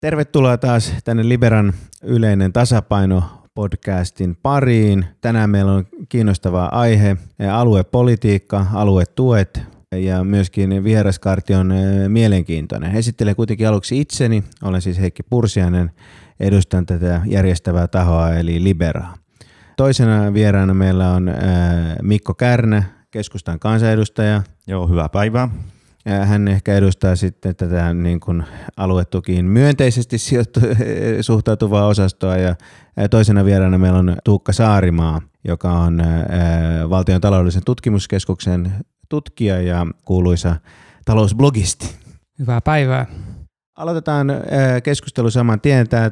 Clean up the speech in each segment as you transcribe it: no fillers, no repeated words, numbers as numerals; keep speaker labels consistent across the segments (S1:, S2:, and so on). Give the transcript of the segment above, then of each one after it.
S1: Tervetuloa taas tänne Liberan yleinen tasapaino podcastin pariin. Tänään meillä on kiinnostava aihe, aluepolitiikka, aluetuet ja myöskin vieraskaarti on mielenkiintoinen. Esittelen kuitenkin aluksi itseni. Olen siis Heikki Pursiainen, edustan tätä järjestävää tahoa eli Liberaa. Toisena vieraana meillä on Mikko Kärnä, keskustan kansanedustaja.
S2: Joo, hyvää päivää.
S1: Hän ehkä edustaa sitten tätä niin kuin aluetukiin myönteisesti suhtautuvaa osastoa ja toisena vieraana meillä on Tuukka Saarimaa, joka on Valtion taloudellisen tutkimuskeskuksen tutkija ja kuuluisa talousblogisti.
S3: Hyvää päivää.
S1: Aloitetaan keskustelu saman tien. Tämä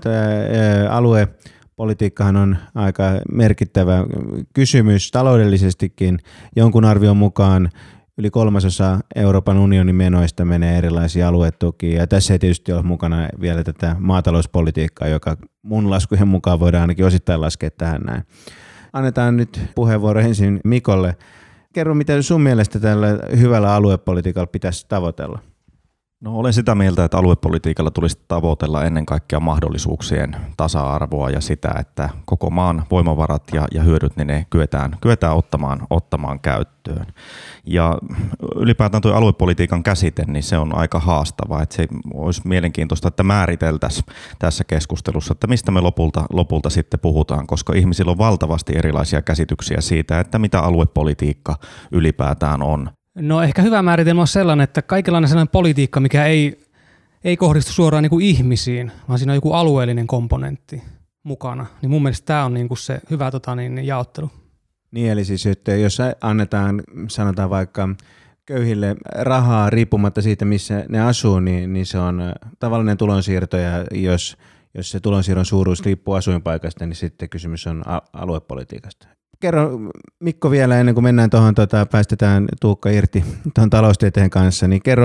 S1: aluepolitiikkahan on aika merkittävä kysymys taloudellisestikin. Jonkun arvion mukaan yli 1/3 Euroopan unionin menoista menee erilaisia aluetukia. Ja tässä ei tietysti ole mukana vielä tätä maatalouspolitiikkaa, joka mun laskujen mukaan voidaan ainakin osittain laskea tähän näin. Annetaan nyt puheenvuoro ensin Mikolle. Kerro, mitä sun mielestä tällä hyvällä aluepolitiikalla pitäisi tavoitella?
S2: No, olen sitä mieltä, että aluepolitiikalla tulisi tavoitella ennen kaikkea mahdollisuuksien tasa-arvoa ja sitä, että koko maan voimavarat ja hyödyt niin ne kyetään ottamaan käyttöön. Ja ylipäätään tuo aluepolitiikan käsite, niin se on aika haastava. Että se olisi mielenkiintoista, että määriteltäisiin tässä keskustelussa, että mistä me lopulta sitten puhutaan, koska ihmisillä on valtavasti erilaisia käsityksiä siitä, että mitä aluepolitiikka ylipäätään on.
S3: No ehkä hyvä määritelmä on sellainen, että kaikenlainen sellainen politiikka, mikä ei kohdistu suoraan niin kuin ihmisiin, vaan siinä on joku alueellinen komponentti mukana. Niin mun mielestä tämä on niin kuin se hyvä jaottelu.
S1: Niin, eli siis, että jos annetaan, sanotaan vaikka köyhille rahaa riippumatta siitä, missä ne asuu, niin se on tavallinen tulonsiirto, ja jos se tulonsiirron suuruus riippuu asuinpaikasta, niin sitten kysymys on aluepolitiikasta. Kerro Mikko vielä ennen kuin mennään tuohon, päästetään Tuukka irti tuon taloustieteen kanssa, niin kerro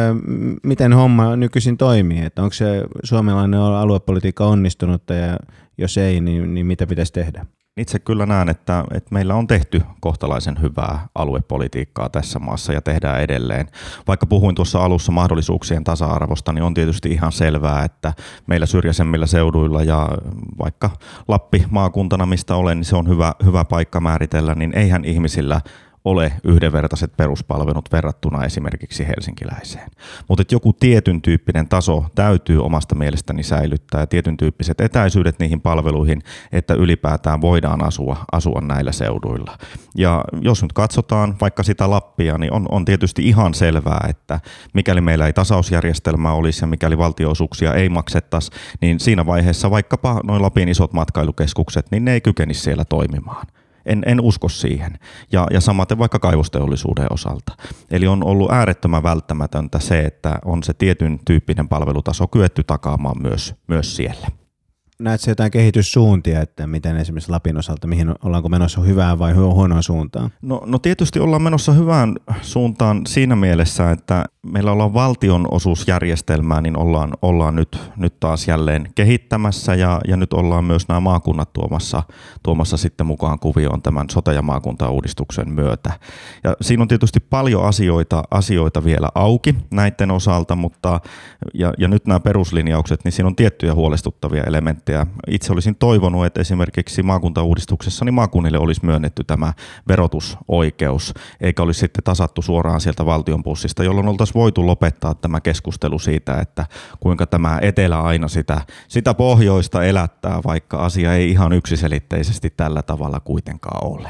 S1: miten homma nykyisin toimii, että onko se suomalainen aluepolitiikka onnistunutta ja jos ei, niin mitä pitäisi tehdä?
S2: Itse kyllä näen, että meillä on tehty kohtalaisen hyvää aluepolitiikkaa tässä maassa ja tehdään edelleen. Vaikka puhuin tuossa alussa mahdollisuuksien tasa-arvosta, niin on tietysti ihan selvää, että meillä syrjäisemmillä seuduilla ja vaikka Lappi maakuntana, mistä olen, niin se on hyvä paikka määritellä, niin eihän ihmisillä ole yhdenvertaiset peruspalvelut verrattuna esimerkiksi helsinkiläiseen. Mutta joku tietyn tyyppinen taso täytyy omasta mielestäni säilyttää ja tietyn tyyppiset etäisyydet niihin palveluihin, että ylipäätään voidaan asua näillä seuduilla. Ja jos nyt katsotaan vaikka sitä Lappia, niin on tietysti ihan selvää, että mikäli meillä ei tasausjärjestelmää olisi ja mikäli valtionosuuksia ei maksettaisi, niin siinä vaiheessa vaikkapa noin Lapin isot matkailukeskukset, niin ne ei kykenisi siellä toimimaan. En usko siihen. Ja samaten vaikka kaivosteollisuuden osalta. Eli on ollut äärettömän välttämätöntä se, että on se tietyn tyyppinen palvelutaso kyetty takaamaan myös siellä.
S1: Näetkö jotain kehityssuuntia, että miten esimerkiksi Lapin osalta, mihin ollaanko menossa hyvään vai huonoon suuntaan?
S2: No tietysti ollaan menossa hyvään suuntaan siinä mielessä, että meillä ollaan valtionosuusjärjestelmää, niin ollaan nyt taas jälleen kehittämässä ja nyt ollaan myös nämä maakunnat tuomassa sitten mukaan kuvioon tämän sote- ja maakuntauudistuksen myötä. Ja siinä on tietysti paljon asioita vielä auki näiden osalta, mutta ja nyt nämä peruslinjaukset, niin siinä on tiettyjä huolestuttavia elementtejä. Itse olisin toivonut, että esimerkiksi maakuntauudistuksessa niin maakunnille olisi myönnetty tämä verotusoikeus, eikä olisi sitten tasattu suoraan sieltä valtion pussista, jolloin oltaisiin voitu lopettaa tämä keskustelu siitä, että kuinka tämä etelä aina sitä pohjoista elättää, vaikka asia ei ihan yksiselitteisesti tällä tavalla kuitenkaan ole.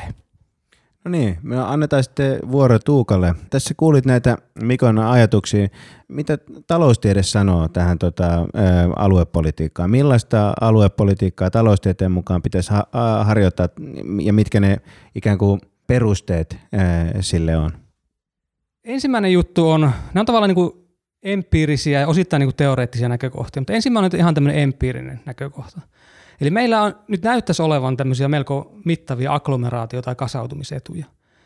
S1: No niin, me annetaan sitten vuoro Tuukalle. Tässä kuulit näitä Mikon ajatuksia. Mitä taloustiede sanoo tähän aluepolitiikkaan? Millaista aluepolitiikkaa taloustieteen mukaan pitäisi harjoittaa ja mitkä ne ikään kuin perusteet sille on?
S3: Ensimmäinen juttu on, nämä on tavallaan niin kuin empiirisiä ja osittain niin kuin teoreettisia näkökohtia, mutta ensimmäinen on ihan tämmöinen empiirinen näkökohta. Eli meillä on, nyt näyttäisi olevan tämmöisiä melko mittavia agglomeraatio- tai kasautumisetuja.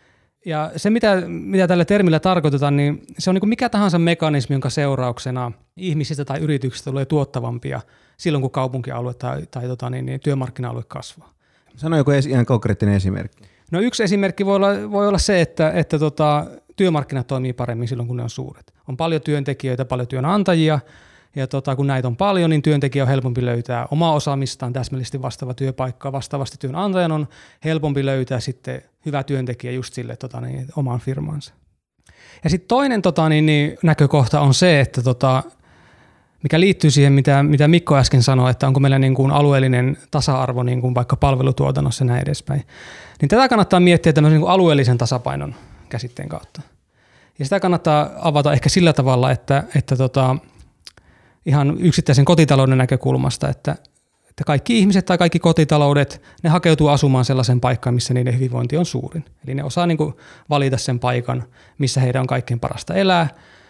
S3: Ja se, mitä tällä termillä tarkoitetaan, niin se on niin kuin mikä tahansa mekanismi, jonka seurauksena ihmisistä tai yrityksistä tulee tuottavampia silloin, kun kaupunkialue tai työmarkkina-alue kasvaa.
S1: Sano joku ihan konkreettinen esimerkki.
S3: No yksi esimerkki voi olla se, että työmarkkinat toimii paremmin silloin, kun ne on suuret. On paljon työntekijöitä, paljon työnantajia, kun näitä on paljon, niin työntekijä on helpompi löytää omaa osaamistaan täsmällisesti vastaava työpaikka. Vastaavasti työnantajan on helpompi löytää sitten hyvä työntekijä just sille omaan firmaansa. Ja sitten toinen näkökohta on se, että mikä liittyy siihen, mitä Mikko äsken sanoi, että onko meillä niin kuin alueellinen tasa-arvo niin kuin vaikka palvelutuotannossa ja näin edespäin. Niin tätä kannattaa miettiä tämmöisen niin kuin alueellisen tasapainon käsitteen kautta. Ja sitä kannattaa avata ehkä sillä tavalla, että ihan yksittäisen kotitalouden näkökulmasta, että kaikki ihmiset tai kaikki kotitaloudet, ne hakeutuu asumaan sellaisen paikkaan, missä niiden hyvinvointi on suurin. Eli ne osaa niin kuin valita sen paikan, missä heidän on kaikkein parasta elää.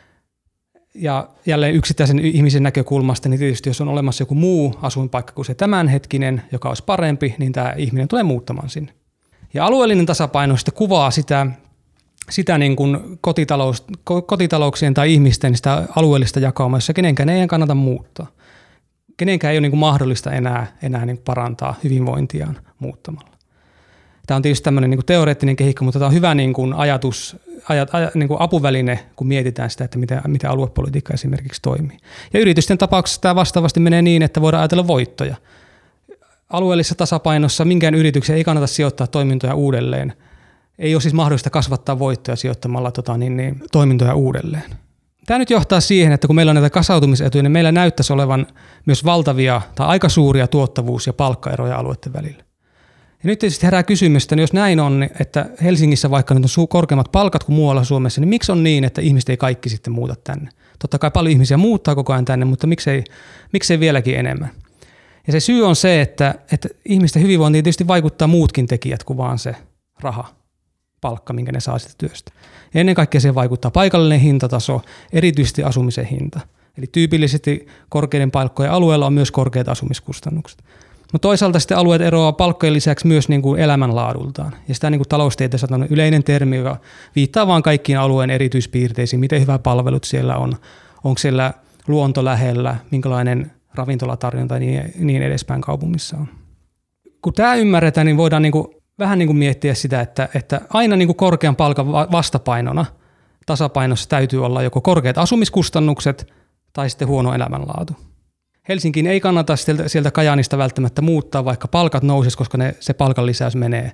S3: Ja jälleen yksittäisen ihmisen näkökulmasta, niin tietysti jos on olemassa joku muu asuinpaikka kuin se tämänhetkinen, joka olisi parempi, niin tämä ihminen tulee muuttamaan sinne. Ja alueellinen tasapaino sitten kuvaa sitä niin kuin kotitalouksien tai ihmisten sitä alueellista jakaumaa, jossa kenenkään ei kannata muuttaa. Kenenkään ei ole niin kuin mahdollista enää niin kuin parantaa hyvinvointiaan muuttamalla. Tämä on tietysti tämmöinen niin kuin teoreettinen kehikko, mutta tämä on hyvä niin kuin niin kuin apuväline, kun mietitään sitä, että miten aluepolitiikka esimerkiksi toimii. Ja yritysten tapauksessa tämä vastaavasti menee niin, että voidaan ajatella voittoja. Alueellisessa tasapainossa minkään yrityksen ei kannata sijoittaa toimintoja uudelleen. Ei ole siis mahdollista kasvattaa voittoja sijoittamalla toimintoja uudelleen. Tämä nyt johtaa siihen, että kun meillä on näitä kasautumisetuja, niin meillä näyttäisi olevan myös valtavia tai aika suuria tuottavuus- ja palkkaeroja alueiden välillä. Ja nyt tietysti herää kysymys, että jos näin on, että Helsingissä vaikka nyt on korkeammat palkat kuin muualla Suomessa, niin miksi on niin, että ihmiset ei kaikki sitten muuta tänne? Totta kai paljon ihmisiä muuttaa koko ajan tänne, mutta miksei vieläkin enemmän? Ja se syy on se, että ihmisten hyvinvointiin tietysti vaikuttaa muutkin tekijät kuin vaan se raha, palkka, minkä ne saa sitä työstä. Ja ennen kaikkea siihen vaikuttaa paikallinen hintataso, erityisesti asumisen hinta. Eli tyypillisesti korkeiden palkkojen alueella on myös korkeat asumiskustannukset. Mutta toisaalta sitten alueet eroaa palkkojen lisäksi myös niin kuin elämänlaadultaan. Ja sitä niin kuin taloustieteessä on yleinen termi, joka viittaa vaan kaikkiin alueen erityispiirteisiin, miten hyvät palvelut siellä on, onko siellä luonto lähellä, minkälainen ravintolatarjonta ja niin edespäin kaupungissa on. Kun tämä ymmärretään, niin voidaan niin kuin vähän niin kuin miettiä sitä, että aina niin kuin korkean palkan vastapainona, tasapainossa täytyy olla joko korkeat asumiskustannukset tai sitten huono elämänlaatu. Helsinkiin ei kannata sieltä Kajaanista välttämättä muuttaa, vaikka palkat nousisi, koska se palkan lisäys menee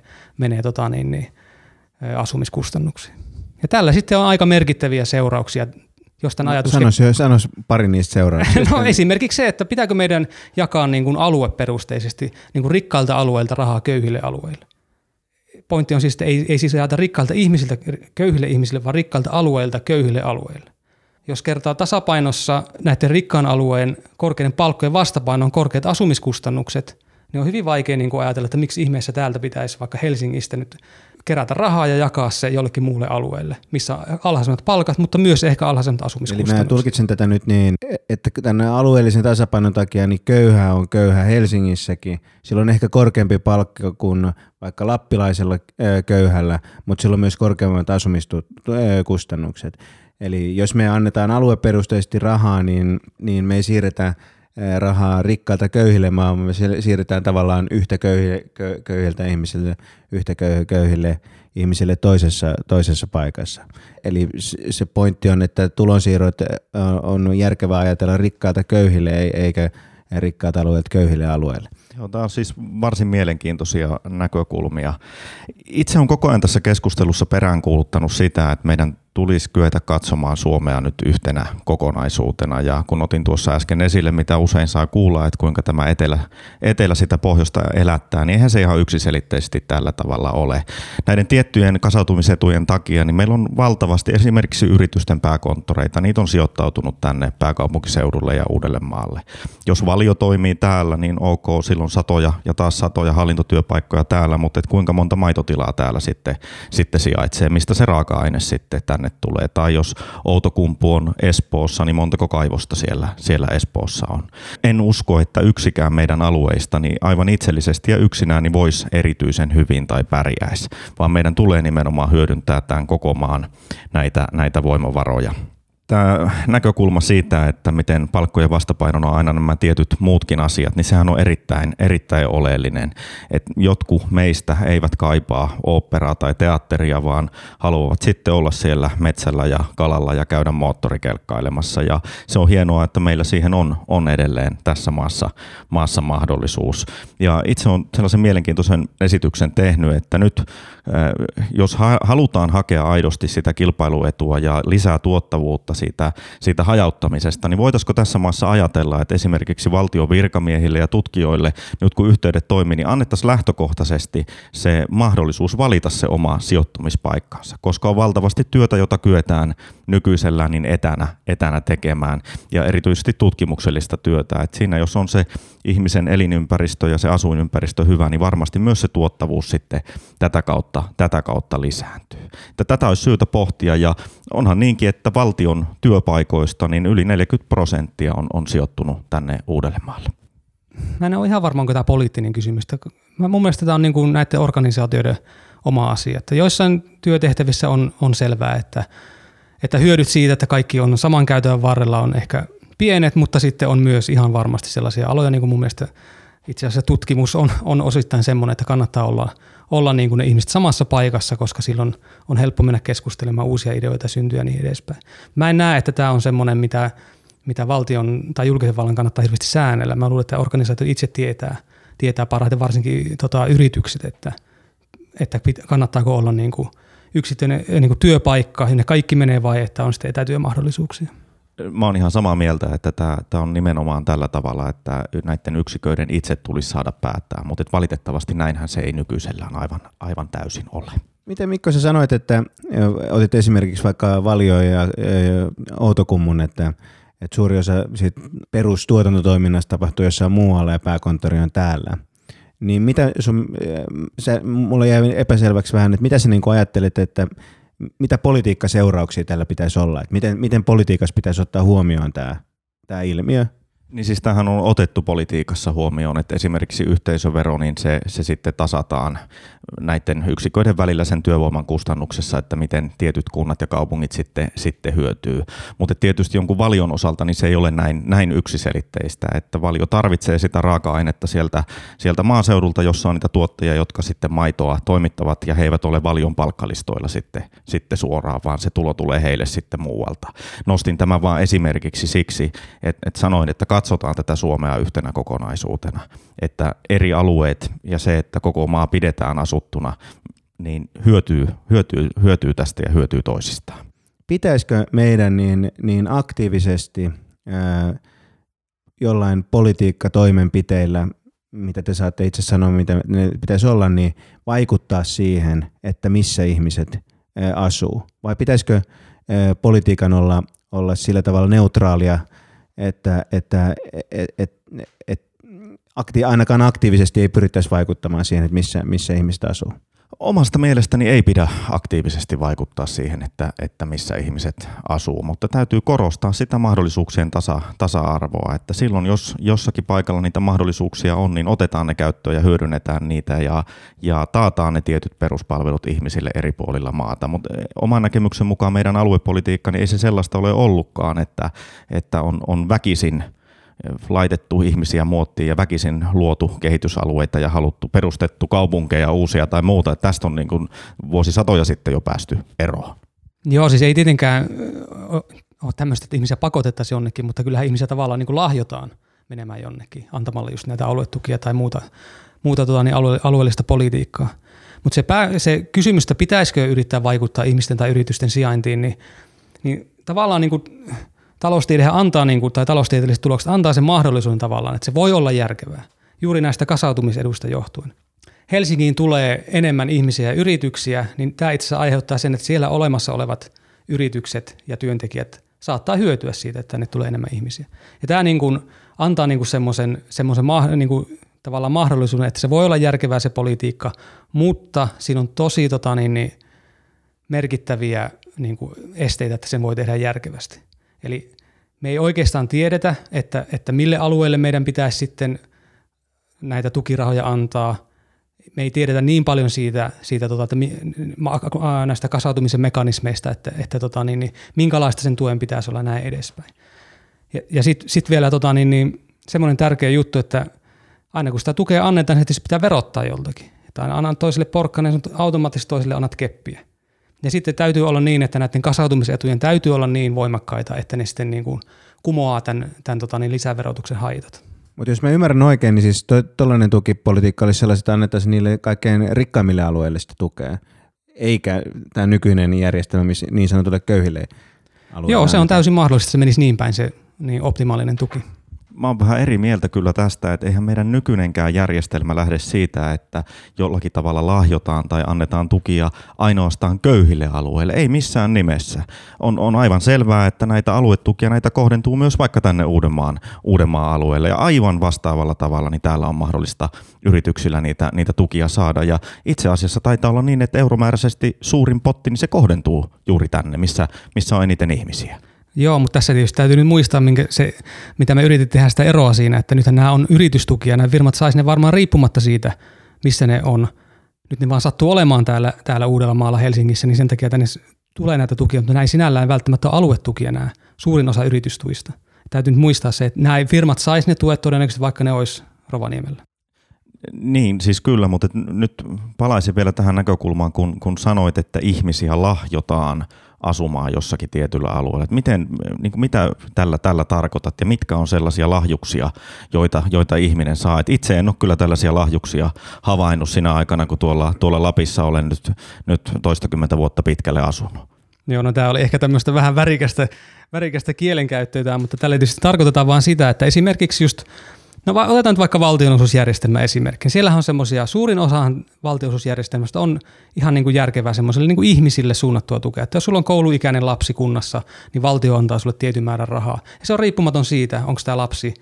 S3: asumiskustannuksiin. Ja tällä sitten on aika merkittäviä seurauksia.
S1: Sanois pari niistä seurauksista.
S3: No esimerkiksi se, että pitääkö meidän jakaa niin kuin alueperusteisesti niin kuin rikkailta alueilta rahaa köyhille alueille. Pointti on siis, että ei siis jaeta rikkailta ihmisiltä köyhille ihmisille, vaan rikkailta alueilta köyhille alueille. Jos kertaa tasapainossa näiden rikkaan alueen korkeiden palkkojen vastapaino on korkeat asumiskustannukset, niin on hyvin vaikea niin kuin ajatella, että miksi ihmeessä täältä pitäisi vaikka Helsingistä nyt kerätä rahaa ja jakaa se jollekin muulle alueelle, missä on alhaisemmat palkat, mutta myös ehkä alhaisemmat asumiskustannukset.
S1: Eli mä tulkitsen tätä nyt niin, että tämän alueellisen tasapainon takia niin köyhä on köyhä Helsingissäkin. Sillä on ehkä korkeampi palkka kuin vaikka lappilaisella köyhällä, mutta sillä on myös korkeammat asumiskustannukset. Eli jos me annetaan alueperusteisesti rahaa, niin me ei siirretä rahaa rikkailta köyhille, vaan me siirretään tavallaan yhtä köyhiltä ihmisille, yhtä köyhille ihmisille toisessa paikassa. Eli se pointti on, että tulonsiirrot on järkevää ajatella rikkailta köyhille eikä rikkaat alueet köyhille alueille.
S2: Joo, tämä on siis varsin mielenkiintoisia näkökulmia. Itse olen koko ajan tässä keskustelussa peräänkuuluttanut sitä, että meidän tulisi kyetä katsomaan Suomea nyt yhtenä kokonaisuutena. Ja kun otin tuossa äsken esille, mitä usein saa kuulla, että kuinka tämä etelä sitä pohjoista elättää, niin eihän se ihan yksiselitteisesti tällä tavalla ole. Näiden tiettyjen kasautumisetujen takia niin meillä on valtavasti esimerkiksi yritysten pääkonttoreita. Niitä on sijoittautunut tänne pääkaupunkiseudulle ja Uudellemaalle. Jos Valio toimii täällä, niin ok, silloin satoja ja taas satoja hallintotyöpaikkoja täällä, mutta kuinka monta maitotilaa täällä sitten sijaitsee, mistä se raaka-aine sitten tänne tulee. Tai jos Outokumpu on Espoossa, niin montako kaivosta siellä Espoossa on. En usko, että yksikään meidän alueista niin aivan itsellisesti ja yksinään niin voisi erityisen hyvin tai pärjäisi, vaan meidän tulee nimenomaan hyödyntää tämän koko maan näitä voimavaroja. Tämä näkökulma siitä, että miten palkkojen vastapainona on aina nämä tietyt muutkin asiat, niin sehän on erittäin oleellinen. Että jotkut meistä eivät kaipaa oopperaa tai teatteria, vaan haluavat sitten olla siellä metsällä ja kalalla ja käydä moottorikelkkailemassa. Ja se on hienoa, että meillä siihen on edelleen tässä maassa mahdollisuus. Ja itse olen sellaisen mielenkiintoisen esityksen tehnyt, että nyt jos halutaan hakea aidosti sitä kilpailuetua ja lisää tuottavuutta siitä hajauttamisesta, niin voitaisiko tässä maassa ajatella, että esimerkiksi valtion virkamiehille ja tutkijoille, nyt kun yhteydet toimii, niin annettaisiin lähtökohtaisesti se mahdollisuus valita se oma sijoittumispaikkansa, koska on valtavasti työtä, jota kyetään nykyisellään niin etänä tekemään ja erityisesti tutkimuksellista työtä. Et siinä jos on se ihmisen elinympäristö ja se asuinympäristö hyvä, niin varmasti myös se tuottavuus sitten tätä kautta lisääntyy. Tätä olisi syytä pohtia ja onhan niinkin, että valtion työpaikoista niin yli 40% on sijoittunut tänne Uudellemaalle.
S3: Mä en ole ihan varma, onko tämä poliittinen kysymys. Mun mielestä tämä on niin kuin näiden organisaatioiden oma asia. Että joissain työtehtävissä on selvää, että hyödyt siitä, että kaikki on saman käytön varrella on ehkä pienet, mutta sitten on myös ihan varmasti sellaisia aloja, niin kuin mun mielestä itse asiassa tutkimus on osittain semmoinen, että kannattaa olla niin kuin ne ihmiset samassa paikassa, koska silloin on helppo mennä keskustelemaan uusia ideoita syntyä ja niin edespäin. Mä en näe, että tämä on semmoinen, mitä valtion tai julkisen vallan kannattaa hirveästi säännellä. Mä luulen, että organisaatio itse tietää parhaiten, varsinkin yritykset, että kannattaako olla niin kuin yksittäinen niin kuin työpaikka, ja ne kaikki menee vai että on sitten etätyömahdollisuuksia.
S2: Mä oon ihan samaa mieltä, että tämä on nimenomaan tällä tavalla, että näiden yksiköiden itse tulisi saada päättää, mutta valitettavasti näinhän se ei nykyisellään aivan täysin ole.
S1: Miten Mikko sä sanoit, että otit esimerkiksi vaikka Valio ja Outokummun, että suuri osa siitä perustuotantotoiminnasta tapahtuu jossain muualla ja pääkonttori on täällä. Niin mitä mulle jäi epäselväksi vähän, että mitä sä niin kuin ajattelet, että mitä politiikkaseurauksia tällä pitäisi olla? Että miten politiikassa pitäisi ottaa huomioon tämä ilmiö?
S2: Niin siis tämähän on otettu politiikassa huomioon, että esimerkiksi yhteisövero, niin se sitten tasataan näiden yksiköiden välillä sen työvoiman kustannuksessa, että miten tietyt kunnat ja kaupungit sitten hyötyy. Mutta tietysti jonkun Valion osalta niin se ei ole näin yksiselitteistä, että Valio tarvitsee sitä raaka-ainetta sieltä maaseudulta, jossa on niitä tuottajia, jotka sitten maitoa toimittavat ja he eivät ole Valion palkkalistoilla sitten suoraan, vaan se tulo tulee heille sitten muualta. Nostin tämän vaan esimerkiksi siksi, että sanoin, että katsotaan tätä Suomea yhtenä kokonaisuutena, että eri alueet ja se, että koko maa pidetään asuttuna, niin hyötyy tästä ja hyötyy toisistaan.
S1: Pitäisikö meidän niin aktiivisesti jollain politiikkatoimenpiteillä, mitä te saatte itse sanoa, mitä ne pitäisi olla, niin vaikuttaa siihen, että missä ihmiset asuu? Vai pitäisikö politiikan olla sillä tavalla neutraalia, että ainakaan aktiivisesti ei pyrittäisi vaikuttamaan siihen, että missä ihmiset asuu?
S2: Omasta mielestäni ei pidä aktiivisesti vaikuttaa siihen, että missä ihmiset asuu, mutta täytyy korostaa sitä mahdollisuuksien tasa-arvoa, että silloin jos jossakin paikalla niitä mahdollisuuksia on, niin otetaan ne käyttöön ja hyödynnetään niitä ja taataan ne tietyt peruspalvelut ihmisille eri puolilla maata, mutta oman näkemyksen mukaan meidän aluepolitiikka, niin ei se sellaista ole ollutkaan, että on väkisin laitettu ihmisiä muottiin ja väkisin luotu kehitysalueita ja perustettu kaupunkeja uusia tai muuta. Tästä on niin kuin vuosisatoja sitten jo päästy eroon.
S3: Joo, siis ei tietenkään ole tämmöistä, että ihmisiä pakotettaisiin jonnekin, mutta kyllähän ihmisiä tavallaan niin kuin lahjotaan menemään jonnekin antamalla just näitä aluetukia tai muuta alueellista politiikkaa. Mutta se kysymys, että pitäisikö yrittää vaikuttaa ihmisten tai yritysten sijaintiin, niin tavallaan niin kuin taloustiedehän antaa, tai taloustieteelliset tulokset antaa sen mahdollisuuden tavallaan, että se voi olla järkevää, juuri näistä kasautumisedusta johtuen. Helsinkiin tulee enemmän ihmisiä ja yrityksiä, niin tämä itse asiassa aiheuttaa sen, että siellä olemassa olevat yritykset ja työntekijät saattaa hyötyä siitä, että tänne tulee enemmän ihmisiä. Ja tämä niin kuin antaa niin kuin semmoisen niin kuin tavallaan mahdollisuuden, että se voi olla järkevää se politiikka, mutta siinä on tosi merkittäviä niin kuin esteitä, että sen voi tehdä järkevästi. Eli me ei oikeastaan tiedetä, että mille alueelle meidän pitäisi sitten näitä tukirahoja antaa, me ei tiedetä niin paljon siitä että näistä kasautumisen mekanismeista, että minkälaista sen tuen pitäisi olla näin edespäin. Ja sitten vielä semmoinen tärkeä juttu, että aina kun sitä tukea annetaan, niin se pitää verottaa joltakin. Että aina annat toiselle porkkaneen, automaattisesti toiselle annat keppiä. Ja sitten täytyy olla niin, että näiden kasautumisetujen täytyy olla niin voimakkaita, että ne sitten niin kuin kumoaa tämän lisäverotuksen haitat. Mutta
S1: jos mä ymmärrän oikein, niin siis tuollainen tukipolitiikka olisi sellaista, että annettaisiin niille kaikkein rikkaimmille alueille sitä tukea, eikä tämä nykyinen järjestelmä niin sanotulle köyhille alueille.
S3: Joo, se on täysin mahdollista, että se menisi niin päin se niin optimaalinen tuki.
S2: Mä oon vähän eri mieltä kyllä tästä, että eihän meidän nykyinenkään järjestelmä lähde siitä, että jollakin tavalla lahjotaan tai annetaan tukia ainoastaan köyhille alueille. Ei missään nimessä. On aivan selvää, että näitä aluetukia näitä kohdentuu myös vaikka tänne Uudenmaan alueelle. Ja aivan vastaavalla tavalla niin täällä on mahdollista yrityksillä niitä tukia saada. Ja itse asiassa taitaa olla niin, että euromääräisesti suurin potti niin se kohdentuu juuri tänne, missä on eniten ihmisiä.
S3: Joo, mutta tässä tietysti täytyy nyt muistaa, mitä me yritettiin tehdä sitä eroa siinä, että nythän nämä on yritystukia, nämä firmat saisi ne varmaan riippumatta siitä, missä ne on. Nyt ne vaan sattuu olemaan täällä Uudellamaalla, Helsingissä, niin sen takia tänne tulee näitä tukia, mutta näin sinällään välttämättä ole aluetukia nämä, suurin osa yritystuista. Täytyy nyt muistaa se, että nämä firmat saisi ne tuet todennäköisesti, vaikka ne olisi Rovaniemellä.
S2: Niin, siis kyllä, mutta nyt palaisin vielä tähän näkökulmaan, kun sanoit, että ihmisiä lahjotaan asumaan jossakin tietyllä alueella. Mitä tällä tarkoitat ja mitkä on sellaisia lahjuksia, joita ihminen saa? Itse en ole kyllä tällaisia lahjuksia havainnut sinä aikana, kun tuolla Lapissa olen nyt toistakymmentä vuotta pitkälle asunut.
S3: Joo, no tämä oli ehkä tämmöistä vähän värikästä kielenkäyttöä, mutta tällä tietysti tarkoitetaan vaan sitä, että esimerkiksi just otetaan nyt vaikka valtionosuusjärjestelmä esimerkki. Siellähän on semmoisia, suurin osa valtionosuusjärjestelmästä on ihan niin kuin järkevää semmoiselle niin kuin ihmisille suunnattua tukea. Että jos sulla on kouluikäinen lapsi kunnassa, niin valtio antaa sulle tietyn määrän rahaa. Ja se on riippumaton siitä, onko tämä lapsi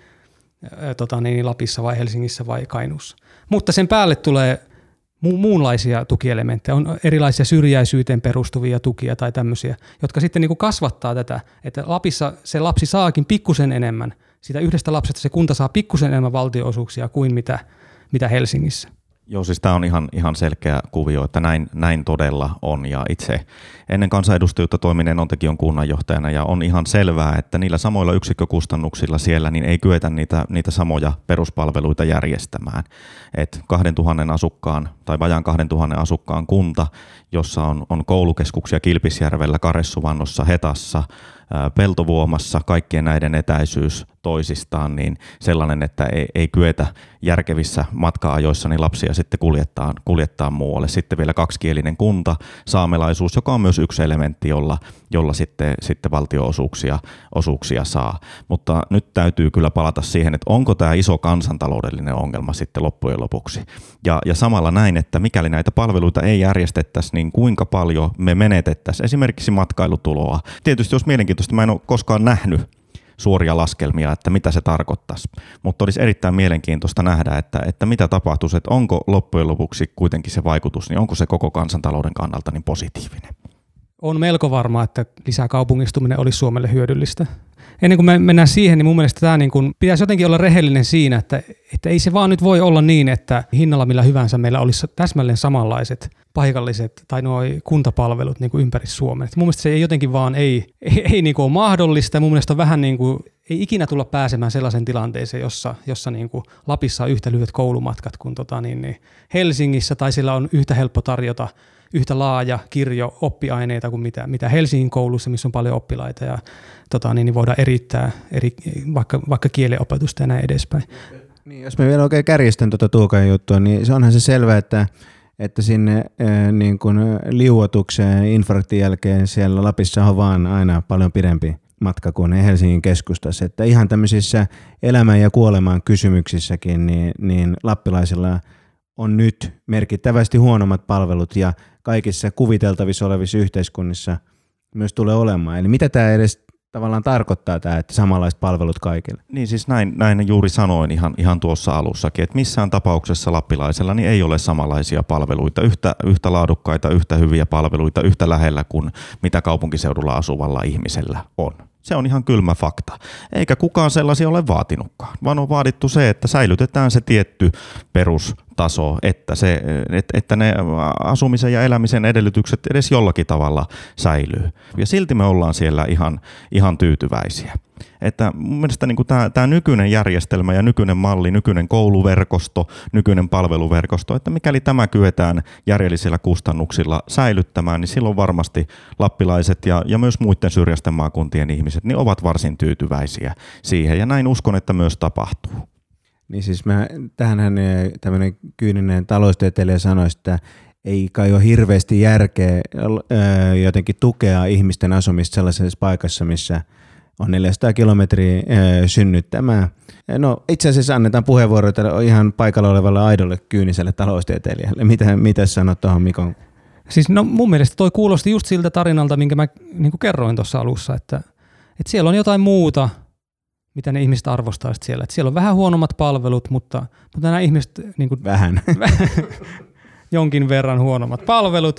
S3: Lapissa vai Helsingissä vai Kainuussa. Mutta sen päälle tulee muunlaisia tukielementtejä. On erilaisia syrjäisyyteen perustuvia tukia tai tämmöisiä, jotka sitten niin kuin kasvattaa tätä, että Lapissa se lapsi saakin pikkusen enemmän. Siitä yhdestä lapsesta se kunta saa pikkusen enemmän valtionosuuksia kuin mitä Helsingissä.
S2: Joo, siis tämä on ihan selkeä kuvio, että näin todella on. Ja itse ennen kansanedustajuutta toimineen on kunnanjohtajana ja on ihan selvää, että niillä samoilla yksikkökustannuksilla siellä niin ei kyetä niitä samoja peruspalveluita järjestämään. Et 2000 asukkaan tai vajaan 2000 asukkaan kunta, jossa on koulukeskuksia Kilpisjärvellä, Karessuvannossa, Hetassa, Peltovuomassa, kaikkien näiden etäisyys toisistaan, niin sellainen, että ei kyetä järkevissä matka-ajoissa niin lapsia sitten kuljettaa muualle. Sitten vielä kaksikielinen kunta, saamelaisuus, joka on myös yksi elementti, jolla sitten valtio-osuuksia saa. Mutta nyt täytyy kyllä palata siihen, että onko tämä iso kansantaloudellinen ongelma sitten loppujen lopuksi. Ja samalla näin, että mikäli näitä palveluita ei järjestettäisi, niin kuinka paljon me menetettäisiin esimerkiksi matkailutuloa. Tietysti olisi mielenkiintoista, mä en ole koskaan nähnyt suoria laskelmia, että mitä se tarkoittaisi. Mutta olisi erittäin mielenkiintoista nähdä, että mitä tapahtuisi, että onko loppujen lopuksi kuitenkin se vaikutus, niin onko se koko kansantalouden kannalta niin positiivinen.
S3: On melko varmaa, että lisäkaupungistuminen olisi Suomelle hyödyllistä. Ennen kuin me mennään siihen, niin mun mielestä tämä niin kuin pitäisi jotenkin olla rehellinen siinä, että ei se vaan nyt voi olla niin, että hinnalla millä hyvänsä meillä olisi täsmälleen samanlaiset paikalliset tai nuo kuntapalvelut niin kuin ympäri Suomen. Mun mielestä se ei jotenkin vaan ei niin kuin ole mahdollista. Mun mielestä on vähän niin kuin, ei ikinä tulla pääsemään sellaisen tilanteeseen, jossa niin kuin Lapissa on yhtä lyhyet koulumatkat kuin Helsingissä, tai sillä on yhtä helppo tarjota yhtä laaja kirjo oppiaineita kuin mitä Helsingin koulussa, missä on paljon oppilaita, ja niin voidaan erittää vaikka kielenopetusta ja näin edespäin.
S1: Niin, jos me vielä oikein kärjistän Tuukan juttua, niin se onhan se selvä, että sinne niin kuin liuotukseen infarktin jälkeen siellä Lapissa on vaan aina paljon pidempi matka kuin Helsingin keskustassa. Että ihan tämmöisissä elämän ja kuoleman kysymyksissäkin niin lappilaisilla on nyt merkittävästi huonommat palvelut ja kaikissa kuviteltavissa olevissa yhteiskunnissa myös tulee olemaan. Eli mitä tämä edes tavallaan tarkoittaa tämä, että samanlaiset palvelut kaikille?
S2: Niin siis näin juuri sanoin ihan tuossa alussakin, että missään tapauksessa lappilaisella niin ei ole samanlaisia palveluita, yhtä laadukkaita, yhtä hyviä palveluita, yhtä lähellä kuin mitä kaupunkiseudulla asuvalla ihmisellä on. Se on ihan kylmä fakta. Eikä kukaan sellaisia ole vaatinutkaan, vaan on vaadittu se, että säilytetään se tietty perustaso, että ne asumisen ja elämisen edellytykset edes jollakin tavalla säilyy. Ja silti me ollaan siellä ihan tyytyväisiä. Että mun mielestä niin tämä nykyinen järjestelmä ja nykyinen malli, nykyinen kouluverkosto, nykyinen palveluverkosto, että mikäli tämä kyetään järjellisillä kustannuksilla säilyttämään, niin silloin varmasti lappilaiset ja myös muiden syrjäisten maakuntien ihmiset niin ovat varsin tyytyväisiä siihen. Ja näin uskon, että myös tapahtuu.
S1: Niin siis tähänhän tämmöinen kyyninen taloustieteilijä sanoi, että ei kai ole hirveästi järkeä jotenkin tukea ihmisten asumista sellaisessa paikassa, missä on 400 kilometriä synnyttämään. No itse asiassa annetaan puheenvuoroita ihan paikalla olevalle aidolle kyyniselle taloustieteilijälle. Mitä sanot tuohon, Mikon?
S3: Siis no mun mielestä toi kuulosti just siltä tarinalta, minkä mä niin kerroin tuossa alussa, että siellä on jotain muuta, mitä ne ihmiset arvostaa siellä. Että siellä on vähän huonommat palvelut, mutta nämä ihmiset niin kuin,
S1: vähän
S3: jonkin verran huonommat palvelut,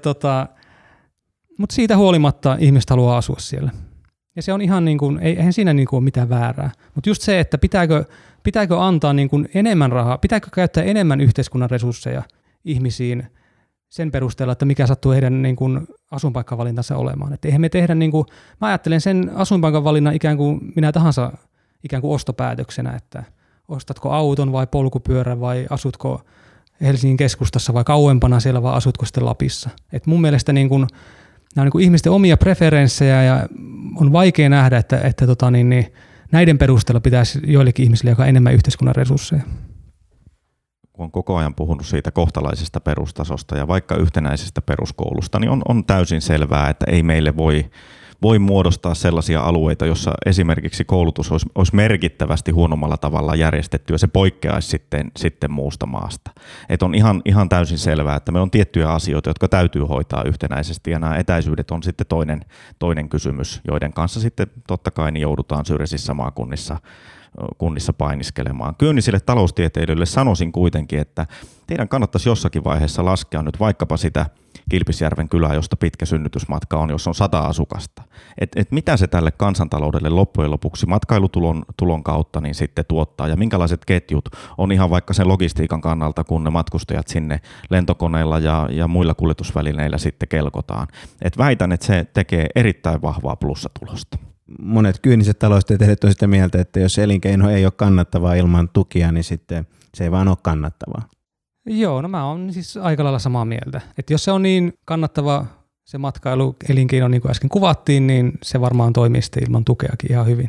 S3: mutta siitä huolimatta ihmiset haluaa asua siellä. Ja se on ihan niin kuin, eihän siinä niin kuin ole mitään väärää. Mutta just se, että pitääkö antaa niin kuin enemmän rahaa, pitääkö käyttää enemmän yhteiskunnan resursseja ihmisiin sen perusteella, että mikä sattuu heidän niin kuin asuinpaikkavalintansa olemaan. Että eihän me tehdä, niin kuin, mä ajattelen sen asuinpaikan valinnan ikään kuin minä tahansa ikään kuin ostopäätöksenä, että ostatko auton vai polkupyörän vai asutko Helsingin keskustassa vai kauempana siellä vai asutko sitten Lapissa. Et mun mielestä niin kuin, nämä on niin kuin ihmisten omia preferenssejä ja on vaikea nähdä, että näiden perusteella pitäisi joillekin ihmisille jakaa enemmän yhteiskunnan resursseja.
S2: Kun on koko ajan puhunut siitä kohtalaisesta perustasosta ja vaikka yhtenäisestä peruskoulusta, niin on täysin selvää, että ei meille voi muodostaa sellaisia alueita, jossa esimerkiksi koulutus olisi merkittävästi huonommalla tavalla järjestetty ja se poikkeaisi sitten muusta maasta. Et on ihan täysin selvää, että meillä on tiettyjä asioita, jotka täytyy hoitaa yhtenäisesti ja nämä etäisyydet on sitten toinen kysymys, joiden kanssa sitten totta kai niin joudutaan syrjäisissä maakunnissa painiskelemaan. Kyynisille taloustieteilijöille sanoisin kuitenkin, että teidän kannattaisi jossakin vaiheessa laskea nyt vaikkapa sitä Kilpisjärven kylää, josta pitkä synnytysmatka on, jos on 100 asukasta. Et mitä se tälle kansantaloudelle loppujen lopuksi matkailutulon kautta niin sitten tuottaa ja minkälaiset ketjut on ihan vaikka sen logistiikan kannalta, kun ne matkustajat sinne lentokoneilla ja muilla kuljetusvälineillä sitten kelkotaan. Et väitän, että se tekee erittäin vahvaa plussatulosta.
S1: Monet kyyniset taloustieteilijät on sitä mieltä, että jos elinkeino ei ole kannattavaa ilman tukia, niin sitten se ei vaan ole kannattavaa.
S3: Joo, no mä oon siis aika lailla samaa mieltä. Että jos se on niin kannattava se matkailuelinkeino, niin kuin äsken kuvattiin, niin se varmaan toimii sitten ilman tukeakin ihan hyvin.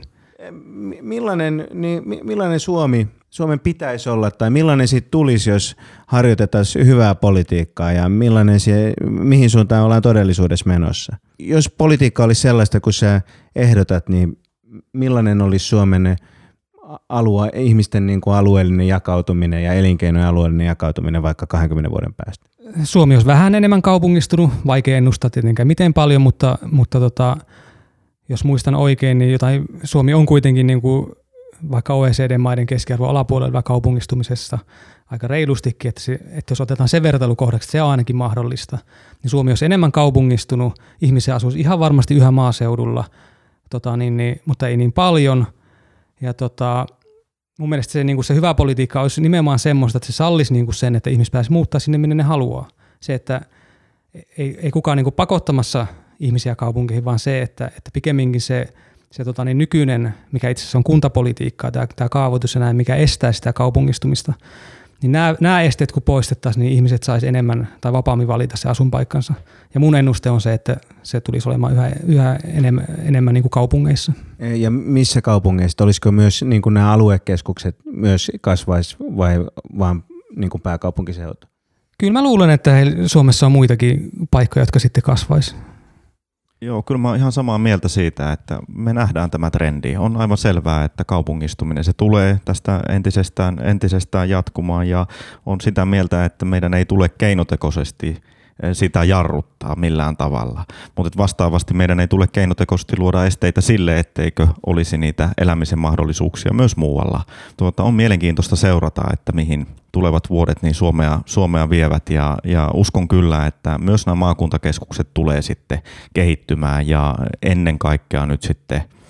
S1: Millainen Suomen pitäisi olla tai millainen siitä tulisi, jos harjoitetaan hyvää politiikkaa ja mihin suuntaan ollaan todellisuudessa menossa? Jos politiikka olisi sellaista, kun sä ehdotat, niin millainen olisi Suomen ihmisten niin kuin alueellinen jakautuminen ja elinkeinojen alueellinen jakautuminen vaikka 20 vuoden päästä?
S3: Suomi olisi vähän enemmän kaupungistunut, vaikea ennustaa tietenkään miten paljon, mutta jos muistan oikein, niin Suomi on kuitenkin niin kuin vaikka OECD-maiden keskiarvon alapuolella kaupungistumisessa aika reilustikin, että jos otetaan se vertailukohdaksi, se on ainakin mahdollista, niin Suomi olisi enemmän kaupungistunut, ihmisiä asuisi ihan varmasti yhä maaseudulla, mutta ei niin paljon. Ja mun mielestä se hyvä politiikka olisi nimenomaan semmoista, että se sallisi niin kuin sen, että ihmiset pääsisi muuttaa sinne, minne ne haluaa. Se, että ei kukaan niin kuin pakottamassa ihmisiä kaupunkeihin, vaan se, että pikemminkin se nykyinen, mikä itse asiassa on kuntapolitiikkaa, tämä kaavoitus ja näin, mikä estää sitä kaupungistumista, niin nämä esteet kun poistettaisiin, niin ihmiset saisi enemmän tai vapaammin valita se asuinpaikkansa. Ja mun ennuste on se, että se tulisi olemaan yhä enemmän niin kuin kaupungeissa. Ja
S1: missä kaupungeissa? Olisiko myös niin kuin nämä aluekeskukset myös kasvaisi vai vaan niin kuin pääkaupunkiseutu?
S3: Kyllä mä luulen, että Suomessa on muitakin paikkoja, jotka sitten kasvaisi.
S2: Joo, kyllä mä oon ihan samaa mieltä siitä, että me nähdään tämä trendi. On aivan selvää, että kaupungistuminen se tulee tästä entisestään jatkumaan ja on sitä mieltä, että meidän ei tule keinotekoisesti sitä jarruttaa millään tavalla. Mutta vastaavasti meidän ei tule keinotekoisesti luoda esteitä sille, etteikö olisi niitä elämisen mahdollisuuksia myös muualla. On mielenkiintoista seurata, että mihin tulevat vuodet niin Suomea vievät ja uskon kyllä, että myös nämä maakuntakeskukset tulee sitten kehittymään ja ennen kaikkea nyt sitten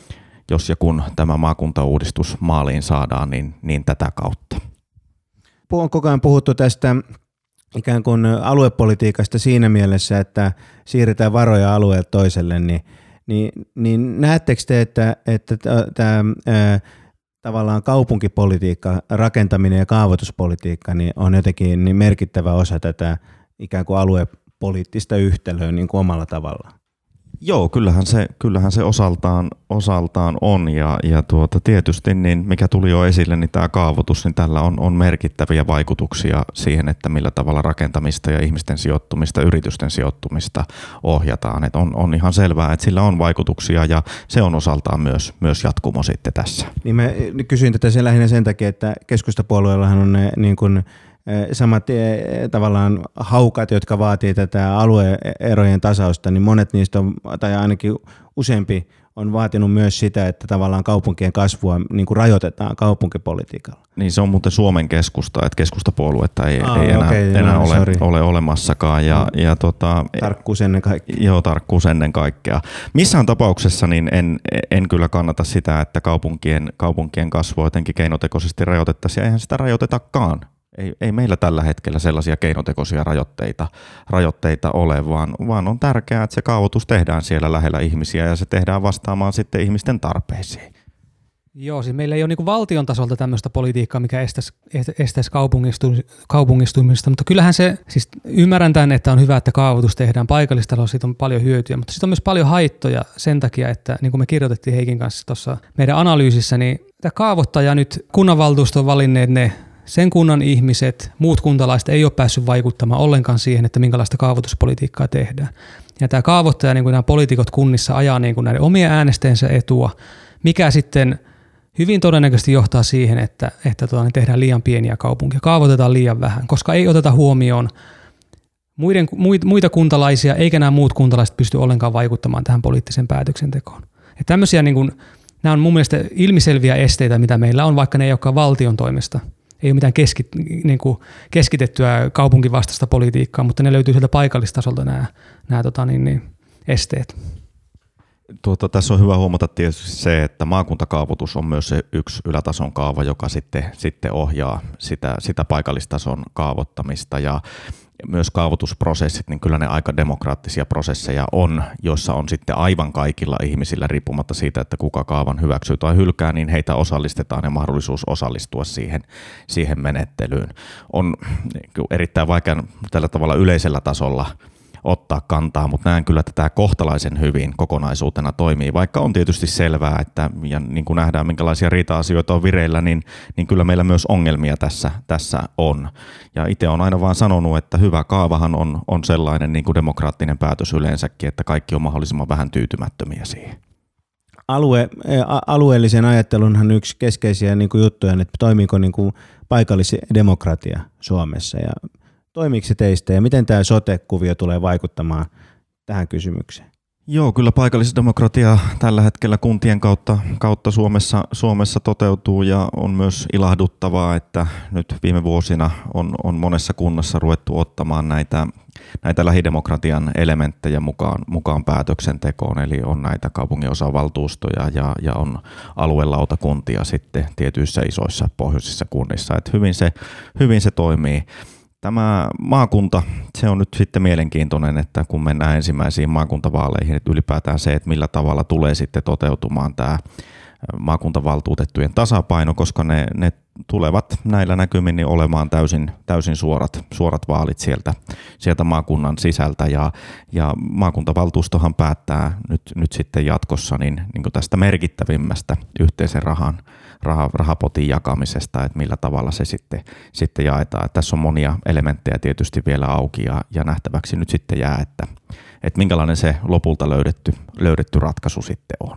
S2: jos ja kun tämä maakuntauudistus maaliin saadaan, niin tätä kautta.
S1: On koko ajan puhuttu tästä ikään kuin aluepolitiikasta siinä mielessä, että siirretään varoja alueelta toiselle, niin näettekö te, että tämä tavallaan kaupunkipolitiikka, rakentaminen ja kaavoituspolitiikka niin on jotenkin niin merkittävä osa tätä ikään kuin aluepoliittista yhtälöä niin kuin omalla tavallaan?
S2: Joo, kyllähän se osaltaan on ja tietysti niin mikä tuli jo esille, niin tämä kaavoitus, niin tällä on merkittäviä vaikutuksia siihen, että millä tavalla rakentamista ja ihmisten sijoittumista, yritysten sijoittumista ohjataan. Et on ihan selvää, että sillä on vaikutuksia ja se on osaltaan myös jatkumo sitten tässä. Niin
S1: mä kysyin tätä sen lähinnä sen takia, että keskustapuolueellahan on ne niin kuin samat tavallaan haukat, jotka vaatii tätä alueerojen tasausta, niin monet niistä on, tai ainakin useampi on vaatinut myös sitä, että tavallaan kaupunkien kasvua niin kuin rajoitetaan kaupunkipolitiikalla.
S2: Niin se on muuten Suomen keskusta, että keskustapuoluetta ei enää ole olemassakaan.
S1: Tarkkuus ennen kaikkea.
S2: Joo, tarkkuus ennen kaikkea. Missään tapauksessa niin en kyllä kannata sitä, että kaupunkien kasvua jotenkin keinotekoisesti rajoitettaisiin, ja eihän sitä rajoitetakaan. Ei meillä tällä hetkellä sellaisia keinotekoisia rajoitteita ole, vaan on tärkeää, että se kaavoitus tehdään siellä lähellä ihmisiä ja se tehdään vastaamaan sitten ihmisten tarpeisiin.
S3: Joo, siis meillä ei ole niin valtion tasolta tämmöistä politiikkaa, mikä estäisi kaupungistumista, mutta kyllähän se, siis ymmärrän tämän, että on hyvä, että kaavoitus tehdään paikallistalossa, siitä on paljon hyötyä, mutta siitä on myös paljon haittoja sen takia, että niin kuin me kirjoitettiin Heikin kanssa tuossa meidän analyysissä, niin tämä kaavoittaja nyt kunnanvaltuusto on valinneet ne sen kunnan ihmiset, muut kuntalaiset ei ole päässyt vaikuttamaan ollenkaan siihen, että minkälaista kaavoituspolitiikkaa tehdään. Ja tämä kaavoittaja, niin kuin nämä poliitikot kunnissa ajaa niin kuin näiden omien äänestäjensä etua, mikä sitten hyvin todennäköisesti johtaa siihen, että tehdään liian pieniä kaupunkia, kaavoitetaan liian vähän, koska ei oteta huomioon muita kuntalaisia, eikä nämä muut kuntalaiset pysty ollenkaan vaikuttamaan tähän poliittiseen päätöksentekoon. Ja tämmöisiä, niin kuin, nämä on mun mielestä ilmiselviä esteitä, mitä meillä on, vaikka ne ei olekaan valtion toimesta. Ei ole mitään keskitettyä kaupunkivastaista politiikkaa, mutta ne löytyy sieltä paikallistasolta nämä esteet.
S2: Tässä on hyvä huomata tietysti se, että maakuntakaavoitus on myös se yksi ylätason kaava, joka sitten ohjaa sitä paikallistason kaavoittamista ja myös kaavoitusprosessit, niin kyllä ne aika demokraattisia prosesseja on, joissa on sitten aivan kaikilla ihmisillä riippumatta siitä, että kuka kaavan hyväksyy tai hylkää, niin heitä osallistetaan ja mahdollisuus osallistua siihen menettelyyn. On erittäin vaikea tällä tavalla yleisellä tasolla ottaa kantaa, mutta näen kyllä, että tämä kohtalaisen hyvin kokonaisuutena toimii, vaikka on tietysti selvää, että ja niin kuin nähdään, minkälaisia riita-asioita on vireillä, niin kyllä meillä myös ongelmia tässä on. Ja itse olen aina vaan sanonut, että hyvä kaavahan on sellainen niin kuin demokraattinen päätös yleensäkin, että kaikki on mahdollisimman vähän tyytymättömiä siihen.
S1: Alueellisen ajattelunhan yksi keskeisiä niin kuin juttuja, että toimiiko niin kuin paikallisdemokratia Suomessa ja toimiiko se teistä ja miten tämä sote-kuvio tulee vaikuttamaan tähän kysymykseen?
S2: Joo, kyllä paikallisdemokratia tällä hetkellä kuntien kautta Suomessa toteutuu ja on myös ilahduttavaa, että nyt viime vuosina on monessa kunnassa ruvettu ottamaan näitä lähidemokratian elementtejä mukaan päätöksentekoon, eli on näitä kaupunginosavaltuustoja ja on aluelautakuntia sitten tietyissä isoissa pohjoisissa kunnissa, että hyvin se toimii. Tämä maakunta, se on nyt sitten mielenkiintoinen, että kun mennään ensimmäisiin maakuntavaaleihin, että ylipäätään se, että millä tavalla tulee sitten toteutumaan tämä maakuntavaltuutettujen tasapaino, koska ne tulevat näillä näkymin niin olemaan täysin suorat vaalit sieltä maakunnan sisältä ja maakuntavaltuustohan päättää nyt sitten jatkossa niin kuin tästä merkittävimmästä yhteisen rahapotin jakamisesta, että millä tavalla se sitten jaetaan. Tässä on monia elementtejä tietysti vielä auki ja nähtäväksi nyt sitten jää, että minkälainen se lopulta löydetty ratkaisu sitten on.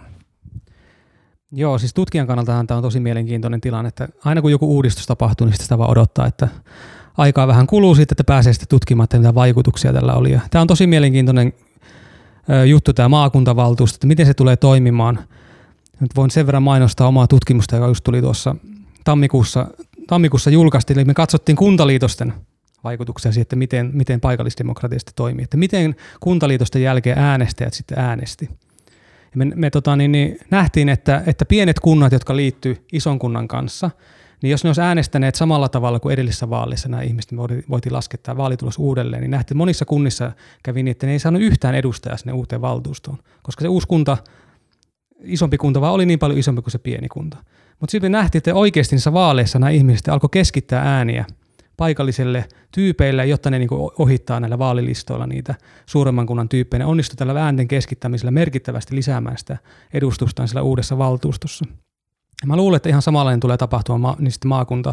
S3: Joo, siis tutkijan kannaltahan tämä on tosi mielenkiintoinen tilanne, että aina kun joku uudistus tapahtuu, niin sitä vaan odottaa, että aikaa vähän kuluu sitten, että pääsee sitten tutkimaan, että mitä vaikutuksia tällä oli. Ja tämä on tosi mielenkiintoinen juttu, tämä maakuntavaltuusto, että miten se tulee toimimaan. Nyt voin sen verran mainostaa omaa tutkimusta, joka just tuli tuossa tammikuussa julkaistiin, eli me katsottiin kuntaliitosten vaikutuksia siihen, että miten paikallisdemokratia toimii, että miten kuntaliitosten jälkeen äänestäjät sitten äänesti. Me nähtiin, että pienet kunnat, jotka liittyy ison kunnan kanssa, niin jos ne olisi äänestäneet samalla tavalla kuin edellisessä vaalissa nämä ihmiset, me voitiin laskettaa vaalitulos uudelleen, niin nähtiin, että monissa kunnissa kävi niin, että ne ei saanut yhtään edustajaa sinne uuteen valtuustoon, koska se uusi kunta, isompi kunta vaan oli niin paljon isompi kuin se pieni kunta. Mutta sitten nähtiin, että oikeasti niissä vaaleissa nämä ihmiset alkoi keskittää ääniä paikalliselle tyypeille, jotta ne niinku ohittaa näillä vaalilistoilla niitä suuremman kunnan tyyppejä. Ne onnistui tällä äänten keskittämisellä merkittävästi lisäämään sitä edustustaan sillä uudessa valtuustossa. Ja mä luulen, että ihan samanlainen tulee tapahtumaan niistä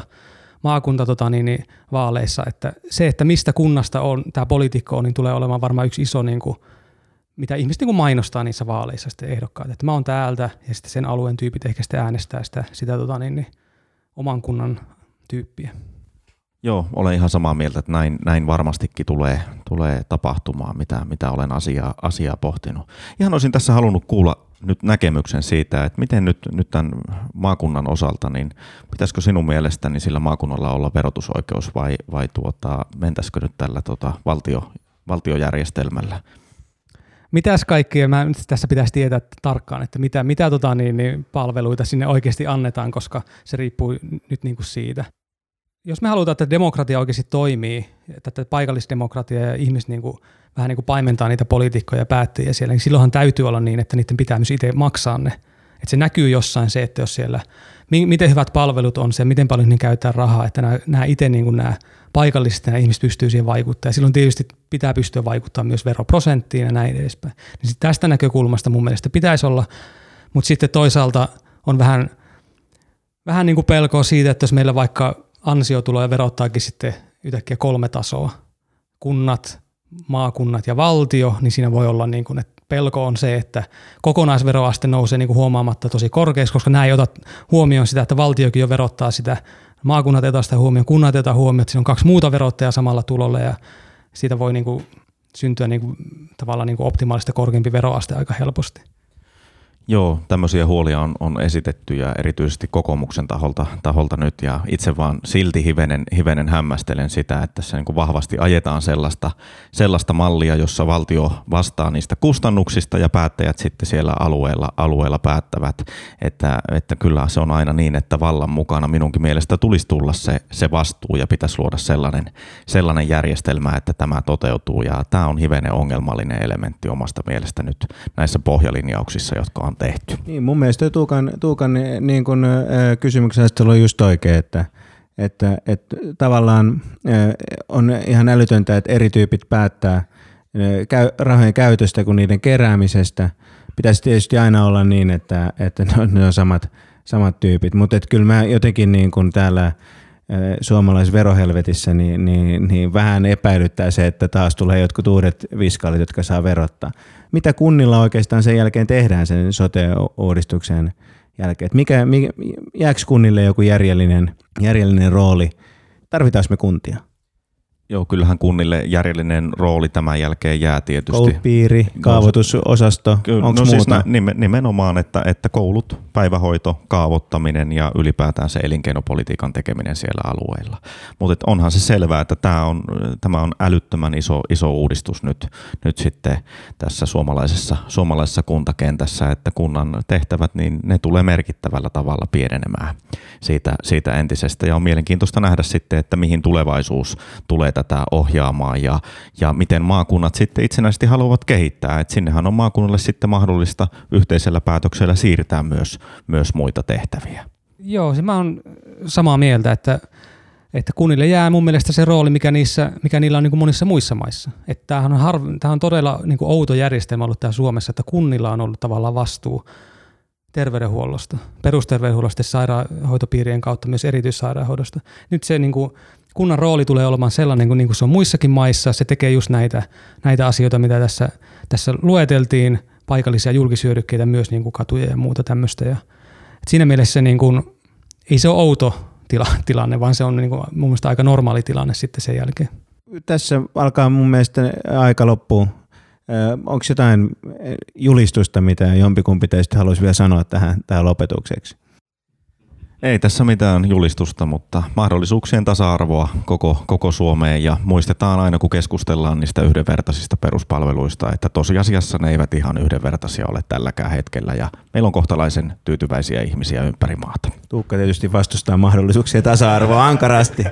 S3: vaaleissa, että se, että mistä kunnasta on tämä poliitikko on, niin tulee olemaan varmaan yksi iso, mitä ihmiset mainostaa niissä vaaleissa sitten ehdokkaat. Että mä oon täältä ja sitten sen alueen tyypit ehkä sitten äänestää sitä oman kunnan tyyppiä.
S2: Joo, olen ihan samaa mieltä, että näin varmastikin tulee tapahtumaan, mitä olen asiaa pohtinut. Ihan olisin tässä halunnut kuulla nyt näkemyksen siitä, että miten nyt tämän maakunnan osalta, niin pitäisikö sinun mielestäni sillä maakunnalla olla verotusoikeus vai mentäisikö nyt tällä valtiojärjestelmällä?
S3: Mitäs kaikkia, tässä pitäisi tietää tarkkaan, että mitä palveluita sinne oikeasti annetaan, koska se riippuu nyt siitä. Jos me halutaan, että demokratia oikeasti toimii, että paikallisdemokratia ja ihmiset vähän paimentaa niitä poliitikkoja ja päättäjiä siellä, niin silloinhan täytyy olla niin, että niiden pitää myös itse maksaa ne. Että se näkyy jossain se, että jos siellä, miten hyvät palvelut on se, miten paljon niin käytetään rahaa, että nämä itse nämä paikalliset nämä ihmiset pystyy siihen vaikuttamaan. Ja silloin tietysti pitää pystyä vaikuttamaan myös veroprosenttiin ja näin edespäin. Niin tästä näkökulmasta mun mielestä pitäisi olla, mutta sitten toisaalta on vähän pelkoa siitä, että jos meillä vaikka ansiotuloja verottaakin sitten yhtäkkiä 3 tasoa, kunnat, maakunnat ja valtio, niin siinä voi olla, että pelko on se, että kokonaisveroaste nousee huomaamatta tosi korkeaksi, koska nämä ei ota huomioon sitä, että valtiokin jo verottaa sitä, maakunnat ei ota sitä huomioon, kunnat ei ota huomioon, että siinä on 2 muuta verottajaa samalla tulolla ja siitä voi syntyä tavallaan optimaalista korkeampi veroaste aika helposti.
S2: Joo, tämmöisiä huolia on esitetty ja erityisesti kokoomuksen taholta nyt ja itse vaan silti hivenen hämmästelen sitä, että se vahvasti ajetaan sellaista mallia, jossa valtio vastaa niistä kustannuksista ja päättäjät sitten siellä alueella päättävät, että kyllä se on aina niin, että vallan mukana minunkin mielestä tulisi tulla se vastuu ja pitäisi luoda sellainen järjestelmä, että tämä toteutuu ja tämä on hivenen ongelmallinen elementti omasta mielestä nyt näissä pohjalinjauksissa, jotka on tehty.
S1: Niin, mun mielestä Tuukan kysymyksen asettelu on just oikein, että tavallaan on ihan älytöntä, että eri tyypit päättää rahojen käytöstä kuin niiden keräämisestä. Pitäisi tietysti aina olla niin, että ne on samat tyypit, mutta kyllä mä jotenkin täällä suomalaisessa verohelvetissä niin vähän epäilyttää se, että taas tulee jotkut uudet viskaalit, jotka saa verottaa. Mitä kunnilla oikeastaan sen jälkeen tehdään sen sote-uudistuksen jälkeen? Jääkö kunnille joku järjellinen rooli? Tarvitaanko me kuntia?
S2: Joo, kyllähän kunnille järjellinen rooli tämän jälkeen jää tietysti.
S1: Koulupiiri, kaavoitusosasto, onko muuta?
S2: Siis nimenomaan, että koulut, päivähoito, kaavoittaminen ja ylipäätään se elinkeinopolitiikan tekeminen siellä alueilla. Mutta onhan se selvää, että tämä on älyttömän iso uudistus nyt sitten tässä suomalaisessa kuntakentässä, että kunnan tehtävät, niin ne tulee merkittävällä tavalla pienenemään siitä entisestä. Ja on mielenkiintoista nähdä sitten, että mihin tulevaisuus tulee tätä ohjaamaan ja miten maakunnat sitten itsenäisesti haluavat kehittää. Et sinnehän on maakunnalle sitten mahdollista yhteisellä päätöksellä siirtää myös muita tehtäviä.
S3: Joo, mä oon samaa mieltä, että kunnille jää mun mielestä se rooli, mikä niillä on monissa muissa maissa. Tämähän on todella outo järjestelmä ollut täällä Suomessa, että kunnilla on ollut tavallaan vastuu terveydenhuollosta, perusterveydenhuollosta, sairaanhoitopiirien kautta myös erityissairaanhoidosta. Nyt se kunnan rooli tulee olemaan sellainen niin kuin se on muissakin maissa. Se tekee just näitä asioita, mitä tässä lueteltiin, paikallisia julkisyödykkeitä myös niin kuin katuja ja muuta tämmöistä. Siinä mielessä ei se ole outo tilanne, vaan se on mun mielestä aika normaali tilanne sitten sen jälkeen.
S1: Tässä alkaa mun mielestä aika loppua. Onko jotain julistusta, mitä jompikumpi teistä haluaisi vielä sanoa tähän lopetukseksi?
S2: Ei tässä mitään julistusta, mutta mahdollisuuksien tasa-arvoa koko Suomeen ja muistetaan aina, kun keskustellaan niistä yhdenvertaisista peruspalveluista, että tosiasiassa ne eivät ihan yhdenvertaisia ole tälläkään hetkellä ja meillä on kohtalaisen tyytyväisiä ihmisiä ympäri maata.
S1: Tuukka tietysti vastustaa mahdollisuuksien tasa-arvoa ankarasti.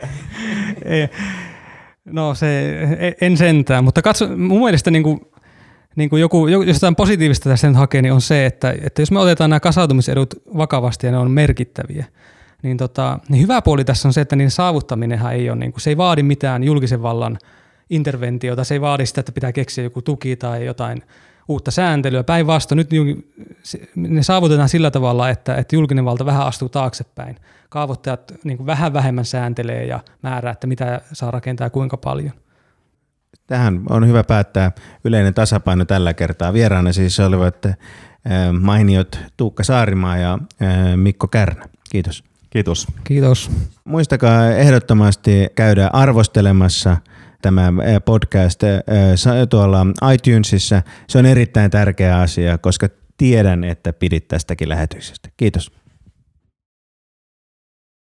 S3: No en sentään, mutta mun mielestä niin kuin jos jotain positiivista tässä nyt hakee, niin on se, että jos me otetaan nämä kasautumisedut vakavasti ja ne on merkittäviä, niin hyvä puoli tässä on se, että niiden saavuttaminenhan ei ole, se ei vaadi mitään julkisen vallan interventiota, se ei vaadi sitä, että pitää keksiä joku tuki tai jotain uutta sääntelyä. Päinvastoin nyt ne saavutetaan sillä tavalla, että julkinen valta vähän astuu taaksepäin. Kaavoittajat vähän vähemmän sääntelee ja määrää, että mitä saa rakentaa ja kuinka paljon.
S1: Tähän on hyvä päättää yleinen tasapaino tällä kertaa. Vieraana siis olivat mainiot Tuukka Saarimaa ja Mikko Kärnä. Kiitos.
S2: Kiitos.
S3: Kiitos.
S1: Muistakaa ehdottomasti käydä arvostelemassa tämä podcast tuolla iTunesissa. Se on erittäin tärkeä asia, koska tiedän, että pidit tästäkin lähetyksestä. Kiitos.